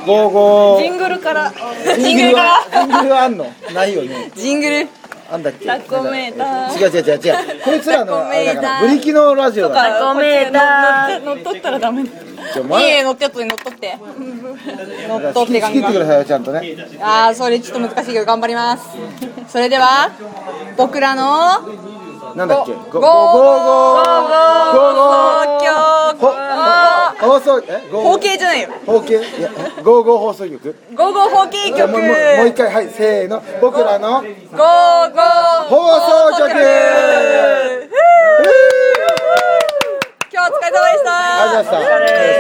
55 ジングルからジングルあんのないよね。 ジングルあんだっけ。 タコメーター違うこいつらのあれだからブリキのラジオだから。 タコメーター乗っ取ったらダメ。いい前乗って乗っ取って乗っ取ってガンガン仕切ってくださいよちゃんとね。 あーそれちょっと難しいけど頑張ります。それでは僕らのなんだっけ。 放送包茎じゃないよ。 包茎いや55放送局。 55包茎局。 もう一回はいせーの僕らの 55 放送局。 今日はお疲れ様でした。 ありがとうござい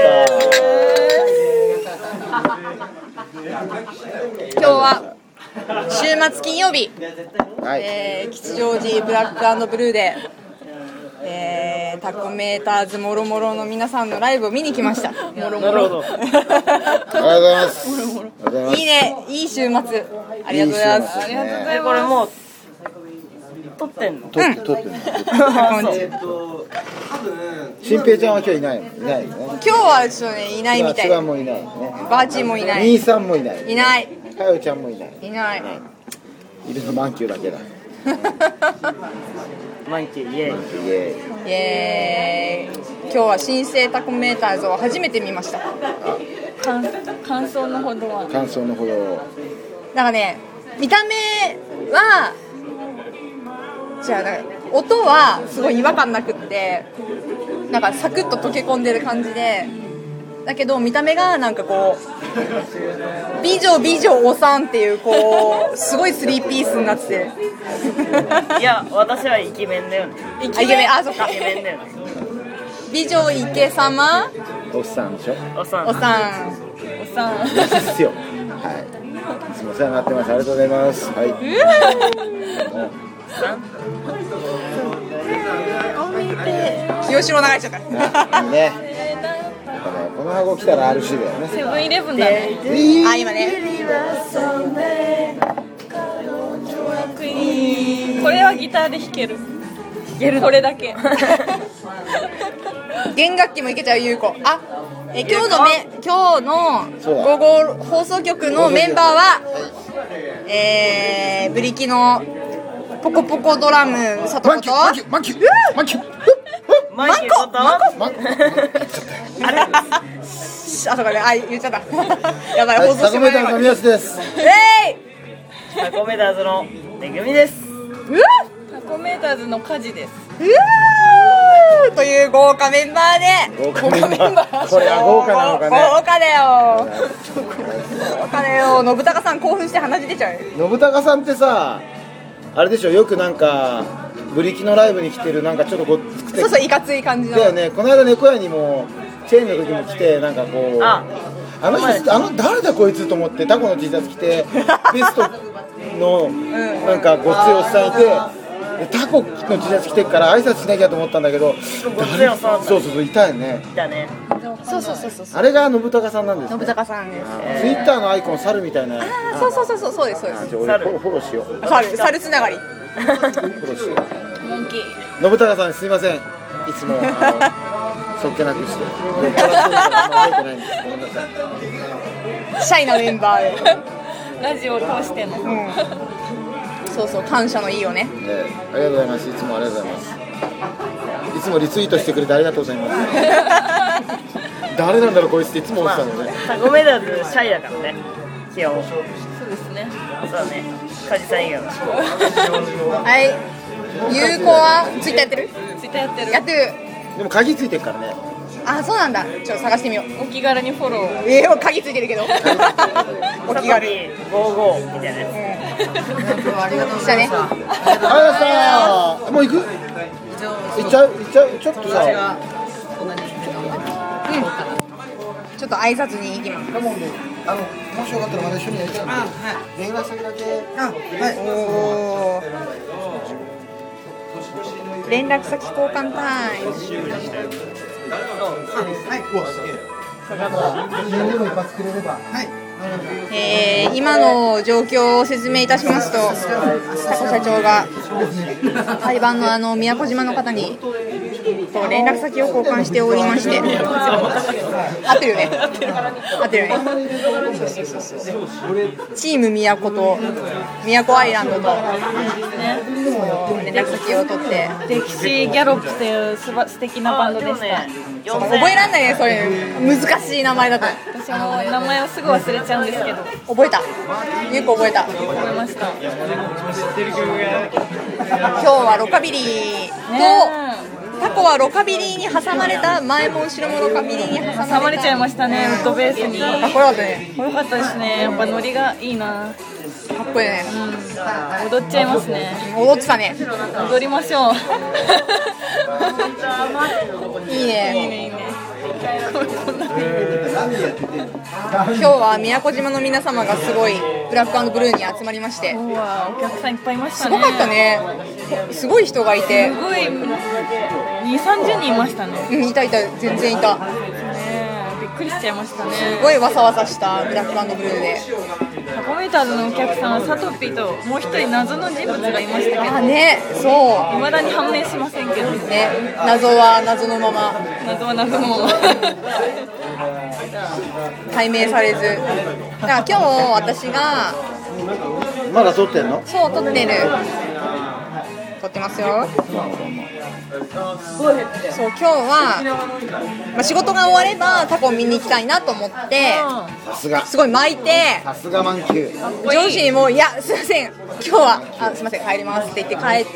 ました。 今日は週末金曜日、 はい、 吉祥寺ブラック&ブルーで、タコメーターズもろもろの皆さんのライブを見に来ました。もろもろ。 ありがとうございます。 いいね、いい週末。ありがとうございます。 ありがとうございます。 これもう撮ってんの？ 撮ってんの。新平ちゃんは今日いないの？いないよね。 今日はちょっとねいないみたい。 菅もいないね。 バーチーもいない。 兄さんもいない。 いない。 かよちゃんもいない。 いない。 いるのマンキューだけだ。 マンキューイエーイ。 イエーイ。今日は新生タコメーターズを初めて見ました。感想のほどは。 感想のほど。 なんかね、見た目はじゃあ音はすごい違和感なくって、なんかサクッと溶け込んでる感じで、だけど見た目がなんかこう美女おさんっていうこうすごいスリーピースになってていや私はイケメンだよね。 イケメン、あ、そっか、 イケメンだよね。 美女池様おっさんでしょ。 おさんおさんですよ。はい。いつもお世話になってます。ありがとうございます。はい。 清志郎流れちゃった。 いいね。この箱来たら RC だよね。 セブンイレブンだね。あ、今ね。これはギターで弾ける。これだけ。弦楽器もいけちゃう優子。あ、今日の午後放送局のメンバーは、ブリキのポコポコドラムさとことマンキュあ、そうかね、あ、言っちゃった。やばい、放送してもらえない。 タコメーターズの宮地です。 タコメーターズのめぐみです。 タコメーターズのカジです。という豪華メンバーで。 豪華メンバー。これは豪華なのかね。 豪華だよ。豪華だよ。信孝さん興奮して鼻血出ちゃう。 信孝さんってさ、あれでしょ、よくなんかブリキのライブに来てる、なんかちょっとごっつくて、 そうそう、いかつい感じのだよね。この間猫屋にもチェーンの時も来て、なんかこう、あの人誰だこいつと思ってタコの T シャツ着てベストのなんかごっついおっさんいて、でタコの T シャツ着てから挨拶しなきゃと思ったんだけど、そういたよね。 いたね。 そうあれが信孝さんなんですね。 信孝さんです。 ツイッターのアイコン猿みたいな。 そうです。 俺フォローしよう。 猿つながり。 フォローしよう。 モンキー。 信孝さんすいません。いつもそっけなくして。 シャイなメンバーで。 ラジオを通しての。 そう感謝のいいよね。 ありがとうございます。いつもありがとうございます。いつもリツイートしてくれてありがとうございます。誰なんだろうこいつっていつも思ってたのね。 タコメーターズシャイだからね。基本。 そうですね。 そうだね。カジさん以外は。 はい。有効はツイッターやってる？ ツイッターやってる。 でも鍵ついてるからね。 あ、そうなんだ。ちょっと探してみよう。 お気軽にフォロー。 鍵ついてるけど。お気軽。 55みたいなやつ。 ありがとうございました。 ありがとうございました。もう行く？行っちゃう。ちょっとさ。 ちょっと挨拶に行きます。 もしよかったらまた一緒にやりたいんで。連絡先だけ。 連絡先交換タイム。今の状況を説明いたしますと、タコ社長が対バンの宮古島の方にと連絡先を交換しておりまして、合ってるよね、合ってるよね。チーム宮古と宮古アイランドと連絡先を取って、 歴史ギャロップという素敵なバンドでした。 覚えらんないね、それ難しい名前だと。 私も名前をすぐ忘れちゃうんですけど。 覚えた、ゆうこ覚えた。 覚えました。 今日はロカビリーと、タコはロカビリーに挟まれた、前も後ろもロカビリーに挟まれちゃいましたね、ウッドベースに。 かっこよかったね。 かっこよかったですね。やっぱノリがいいな。 かっこいいね。 踊っちゃいますね。 踊ってたね。 踊りましょう。 いいね。今日は宮古島の皆様がすごいブラック&ブルーに集まりまして、 お客さんいっぱいいましたね。 すごかったね。すごい人がいて、 すごい2、30人いましたね。 いたいた、全然いた。 びっくりしちゃいましたね。 すごいわさわさしたブラック&ブルーで。 タコメーターズのお客さんはサトピーともう一人謎の人物がいましたけど、 ね、そう。 未だに判明しませんけどね、謎は謎のまま。 謎は謎のまま。 解明されず。だから今日私がまだ撮ってんの？ そう、撮ってる。撮ってますよ。そう、今日は、仕事が終わればタコを見に行きたいなと思って、 さすがすごい巻いて、 さすが満球。 上司にも、いや、すいません、今日はすいません、帰りますって言って帰って、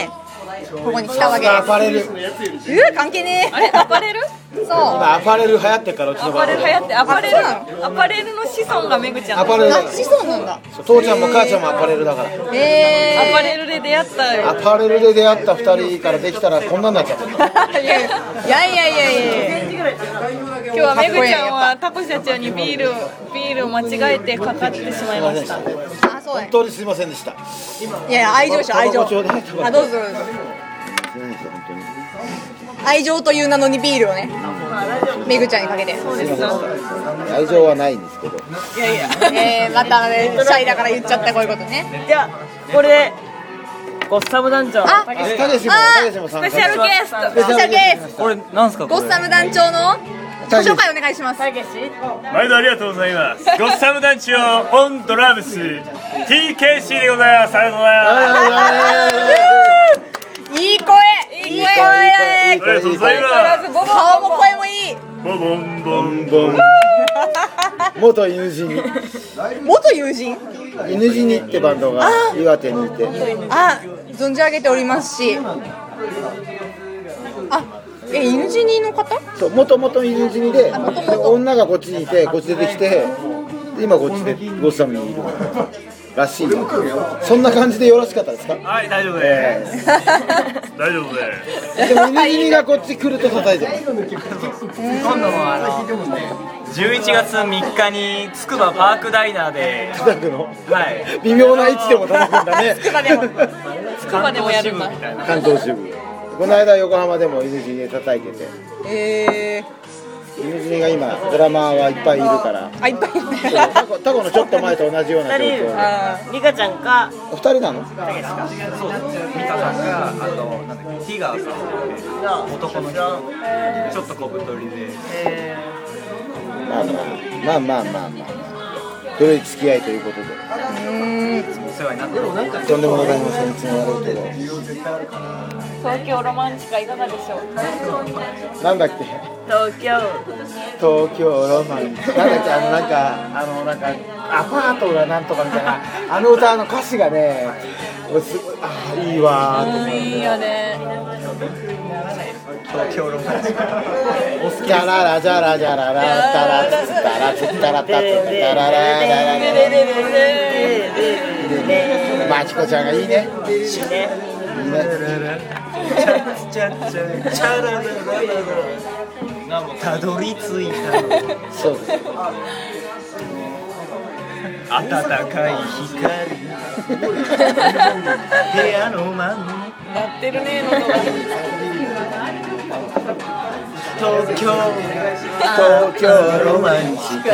ここに来たわけです。 アパレル。 関係ねえ。 あれ、アパレル？ そう。 今アパレル流行ってるから、うちの場合。 アパレル流行って、アパレルの子孫がめぐちゃん。 アパレル。 子孫なんだ。 父ちゃんも母ちゃんもアパレルだから。 アパレルで出会ったよ。 アパレルで出会った2人からできたらこんなんなっちゃった。 いやいや。 今日はめぐちゃんはタコ社長にビールを間違えてかかってしまいました。 あ、そうだね。 本当にすいませんでした。 いや、愛情でしょ、愛情。あ、どうぞ。愛情という名のにビールをね、めぐちゃんにかけて。そうです。 愛情はないんですけど。 いやいや。 またね、シャイだから言っちゃったこういうことね。 じゃあこれでゴッサム団長。 たけしもスペシャルゲスト。 スペシャルゲスト。 これなんすか？ ゴッサム団長の自己紹介お願いします。 たけし。 毎度ありがとうございます。ゴッサム団長オンドラムス TKC でございます。ありがとうございます。 いい声。 ありがとうございます。 顔も声もいい。 ボボンボンボン。 元犬死に。 元友人？ 犬死にってバンドが岩手にいて。 あ、存じ上げておりますし。犬死にの方？ そう、もともと犬死にで、女がこっちにいて、こっち出てきて、今こっちでゴッサムにいるらしい。そんな感じでよろしかったですか？ はい、大丈夫です。大丈夫です。 でも犬死にがこっち来ると叩いてます。 今度も11月3日につくばパークダイナーで叩くの？ はい。 微妙な位置でも叩くんだね。 つくばでもやるんだ。 関東支部。この間横浜でも犬死にで叩いてて。犬死にが今ドラマーはいっぱいいるから。 あ、いっぱいいるね。 タコのちょっと前と同じような状況。 リカちゃんかお二人なの？ そう、ミカさんがなんだっけ、ティガーさんって男の人、ちょっと小太りで、 まあ古い付き合いということで。 お世話になってます。 とんでもございません。いつも悪いけど。 東京ロマンチカいかがでしょう？ なんだっけ？ 東京ロマン。なんだっけ、なんかアパートがなんとかみたいなあの歌の歌詞がね、いいわーと思って。 いいよね。 東京ロマンチカ。 じゃららじゃらじゃららたらつったらつったらたつったららららら。まちこちゃんがいいね。いいね。 たどり着いた。 そうです。 暖かい光。部屋の真ん中。 なってるね、喉が。 東京ロマンチカ。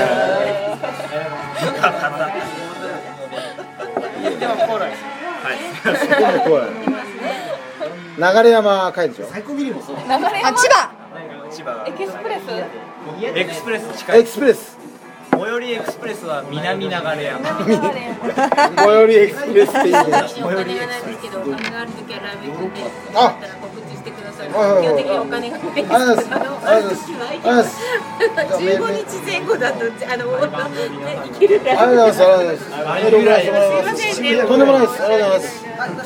でもコーラです。 でもこう流山帰るでしょ。 あ、千葉。 千葉エキスプレスエクスプレス近い。 エクスプレス。 最寄りエクスプレスは南流山。 最寄りエクスプレスっていいね。 お金はないですけど、お金があるときはライブ行ってあ、 告知してください。 はい基本的にお金がないです。 ありがとうございます。 15日前後だといけるから。 ありがとうございます。 すいませんね。 とんでもないです。ありがとうございます。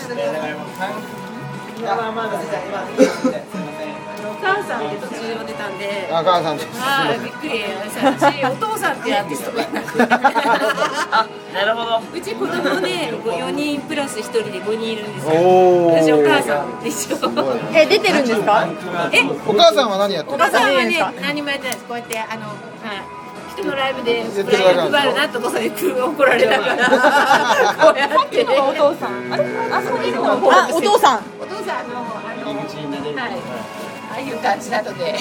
お母さんって途中で出たんで。 あ、母さん。 びっくり。お父さんってアーティストがいなくて。 あ、なるほど。 うち子供ね、4人プラス1人で5人いるんですよ。 おー。 私お母さんでしょ。 出てるんですか？ お母さんは何やってるの？ お母さんはね、何もやってないです。こうやって人のライブでフライヤー配るなってお父さんに怒られたから、こうやって。 お父さん。あそこにいるのはあ、お父さん。 お父さんはい。ああいう感じなので。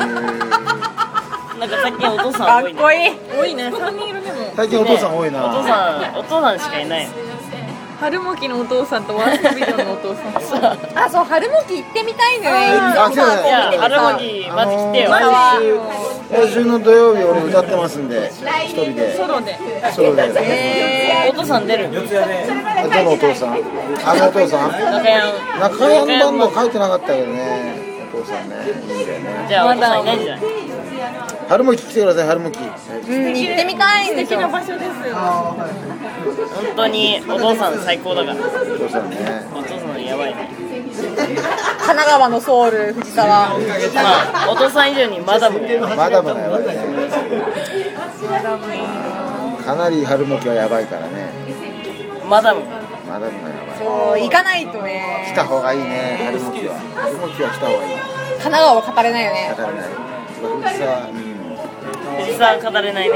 なんか最近お父さん多いね。 かっこいい。 多いね。3人いるねもう。 最近お父さん多いな。 お父さんしかいない。 春もきのお父さんとワーストビデオのお父さん。 あ、そう、春もき行ってみたいのよ。 あ、そうだね。 いや、春巻きマジ来てよ。 来週の土曜日俺歌ってますんで、一人で。 ソロで。 ソロで。 お父さん出る。 どのお父さん？あのお父さん？中山バンド書いてなかったけどね。お父さんね、いいんだよね。 じゃあお父さんいないんじゃない？ 春巻き来てください、春巻き。 行ってみたいんですよ。 場所ですよ。 本当にお父さん最高だから。 お父さんね。 お父さんやばいね。 神奈川のソウル、藤沢。 まあお父さん以上にマダム。 マダムがやばいね。かなり春巻きはやばいからね。 マダム。 マダムがやばい。 そう、行かないとね。 来た方がいいね、春巻きは。春巻きは来た方がいい。 神奈川は語れないよね。 語れない。藤沢、 藤沢語れないね。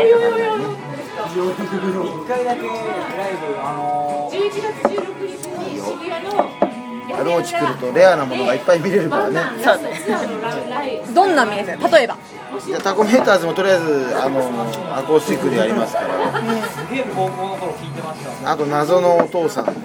1回だけライブ 11月16日に渋谷の春巻き来るとレアなものがいっぱい見れるからね。 そうね。 どんな見える？例えば。 じゃあタコメーターズもとりあえずアコースティックでやりますから。あと謎のお父さん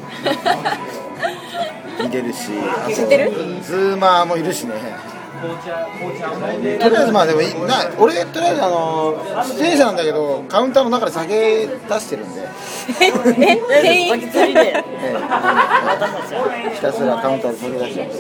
いてるし、 知ってる？ ズーマーもいるしね。とりあえずまあでも俺とりあえず出演者なんだけどカウンターの中で酒出してるんで。 店員。 先釣りで。 ひたすらカウンターで酒出してます。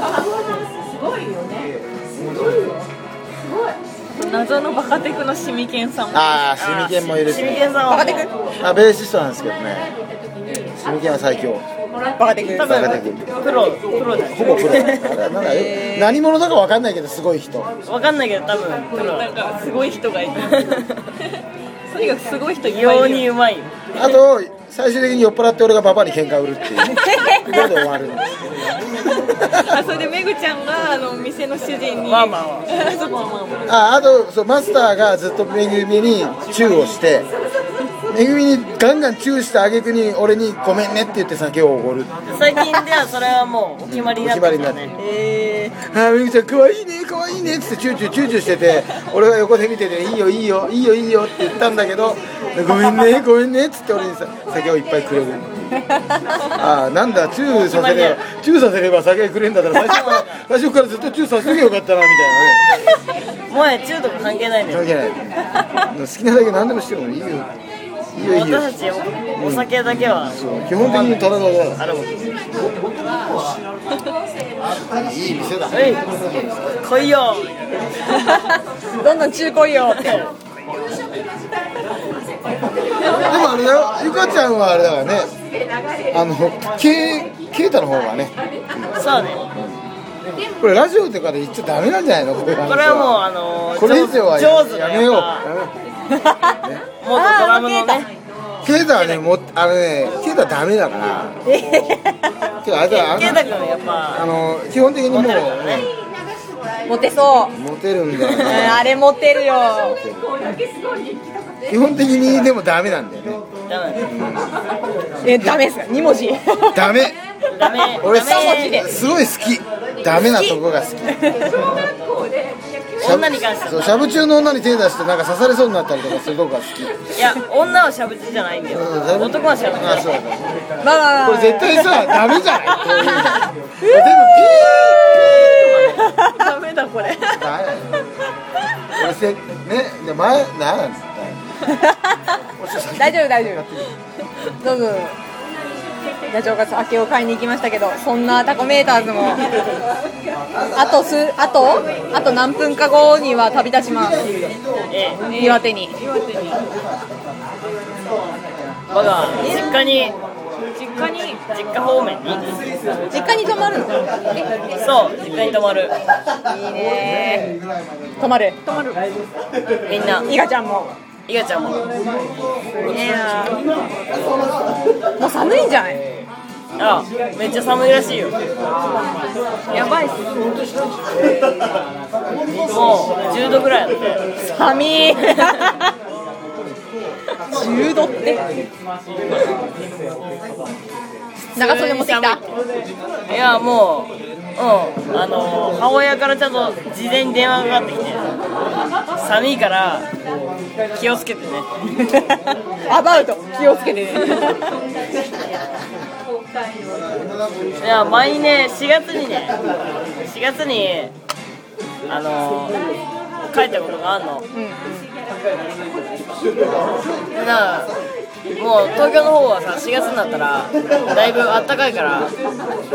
謎のバカテクのシミケンさんも。 ああ、シミケンもいるし、 シミケンさんはバカテク。 あ、ベーシストなんですけどね。シミケンは最強。 バカテク。 多バカテク。 分プロだ。 ほぼプロ。なんか何者だかわかんないけどすごい人。 わかんないけど多分プロ。 なんかすごい人がいる。とにかくすごい人いっ異様ぱいいるよ。 にうまい。 あと最終的に酔っ払って俺がババアに喧嘩売るっていうね。これで終わるんです。 あ、それでめぐちゃんが店の主人に。 まあまあまあ。 そこはまあまあ。 あとそうマスターがずっとめぐみにチューをして、めぐみにガンガンチューした挙句に俺にごめんねって言って酒をおごる。 最近ではそれはもうお決まりになったんだね。 あ、めぐちゃん可愛いね可愛いねっつってチューチューしてて、俺が横で見てていいよいいよいいよいいよって言ったんだけど、ごめんねごめんねっつって俺に酒をいっぱいくれる。あ、なんだチューさせれば酒くれんだったら最初からずっとチューさせとけばよかったなみたいなね。 もう中毒関係ないんだよ。 関係ない。好きなだけ何でもしてもいいよ。いいよいいよ。 私たちお酒だけは基本的にタダだから。 あれもいい店だ。 来いよ。 どんどん中古いよって。 でもあれだよ、ゆかちゃんはあれだからね、ケイタの方がね、 そうね。 これラジオとかで言っちゃダメなんじゃないの？これはもうこれ以上は上手やめよう。 元ドラムのね。 ケイタはね、ケイタはダメだから。 ケイタ君やっぱ基本的にもうモテそう。 モテるんだよね。 あれモテるよ。 基本的にでもダメなんだよね。 ダメですか？2文字。 ダメ。 ダメ。 俺 3文字で。 すごい好き。ダメなとこが好き。 女に関してそう、しゃぶ中の女に手出してなんか刺されそうになったりとかするとこが好き。 いや、女はしゃぶ中じゃないんだよ、男はしゃぶ中。 あ、そうだ。これ絶対さ、ダメじゃない、こういうの。全部ダメだこれ。 俺せね、で前なんつった。 大丈夫大丈夫。どうぞ。じゃあ正月明けを買いに行きましたけど、そんなタコメーターズもあと何分か後には旅立ちます。岩手に。 我が実家方面に実家に泊まるの？ そう、実家に泊まる。 いいね。泊まるみんな。 イガちゃんも。 イガちゃんも。 いいね。もう寒いんじゃない？ あ、めっちゃ寒いらしいよ。 やばいっす。 もう10度ぐらいだって。 寒い。10度って長袖持ってきた？ いや、もう母親からちゃんと事前に電話がかかってきて、寒いから気をつけてね。 アバウト気をつけてね。 いや、前にね、4月に帰ったことがあるの。だからもう東京の方はさ、4月になったらだいぶあったかいから、ちょ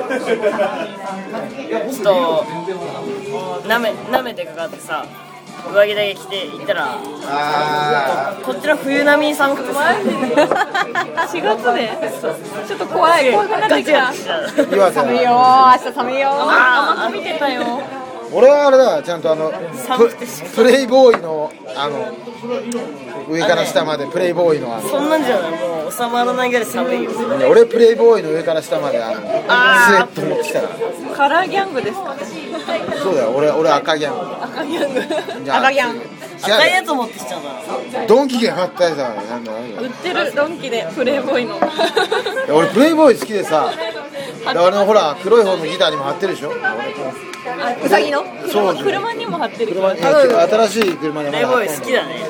っとなめてかかってさ、上着だけ着て行ったら、こっちの冬並みに寒くてさ。 4月でちょっと怖くなってきた。 寒いよ、明日寒いよ。 甘く見てたよ。 俺はあれだ、ちゃんとプレイボーイの上から下までプレイボーイのそんなんじゃない、もう収まらないぐらい寒いよ。 俺プレイボーイの上から下までスウェット持ってきたから。 カラーギャングですか？ そうだよ、俺赤ギャング。 赤ギャング。 赤ギャン。 赤いやつ持ってきちゃうから。 ドンキが買ったやつだから。 売ってるドンキでプレイボーイの。 俺プレイボーイ好きでさ、俺のほら黒い方のギターにも貼ってるでしょ。 うさぎの？ そう。 車にも貼ってる。 新しい車にもプレイボーイ好きだね。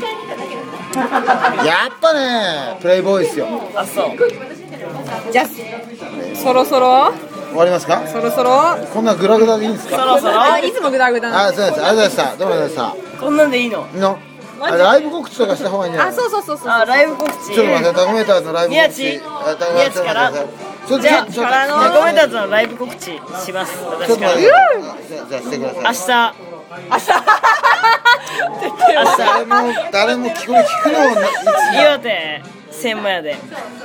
やっぱね、プレイボーイっすよ。 あ、そう。 じゃあそろそろ終わりますか？ そろそろこんなグラグラでいいんですか？ そろそろ。 いつもグダグダ。 あ、そうです。ありがとうございました。どうもありがとうございました。 こんなんでいいの？ ライブ告知とかした方がいいんじゃない？ あ、そう。 あ、ライブ告知。 ちょっと待って、タコメーターズのライブ告知。 宮地から。じゃあ、タコメーターズのライブ告知します。私から。 じゃあしてください。 明日誰も聞くの岩手千満屋で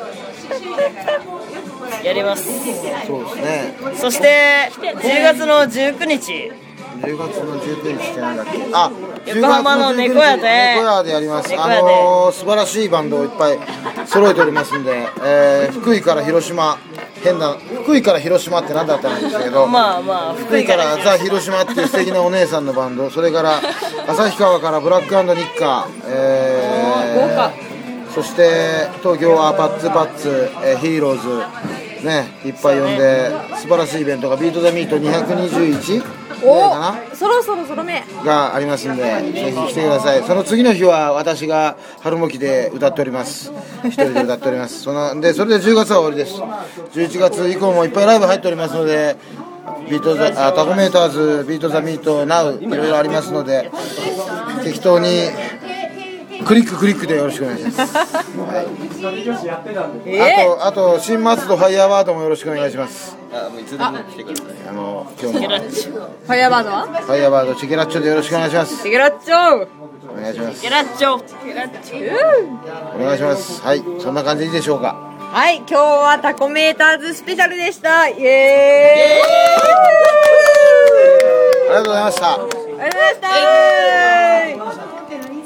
やります。 そうですね。 そして10月の19日 10月の19日ってなんだっけ？あ、 横浜の猫屋でやります。素晴らしいバンドをいっぱい揃えておりますんで、福井から広島、福井から広島って何だったんですけど、福井からザ・広島っていう素敵なお姉さんのバンド、それから旭川からブラック&ニッカー、そして東京はパッツパッツ、ヒーローズね、いっぱい呼んで素晴らしいイベントがビート・ザ・ミート221 そろそろ目がありますんで、ぜひ来てください。その次の日は私が春もきで歌っております。一人で歌っております。それで10月は終わりです。11月以降もいっぱいライブ入っておりますので、タコメーターズ、ビート・ザ・ミート、ナウ、いろいろありますので、適当にクリックでよろしくお願いします。あと新松戸ファイヤーバードもよろしくお願いします。いつでも来てください。今日もファイヤーバードは？ ファイヤーバードチェケラッチョでよろしくお願いします。 チェケラッチョお願いします。 チェケラッチョお願いします。はい、そんな感じでいいでしょうか。 はい、今日はタコメーターズスペシャルでした。イエーイ。 ありがとうございました。 ありがとうございました。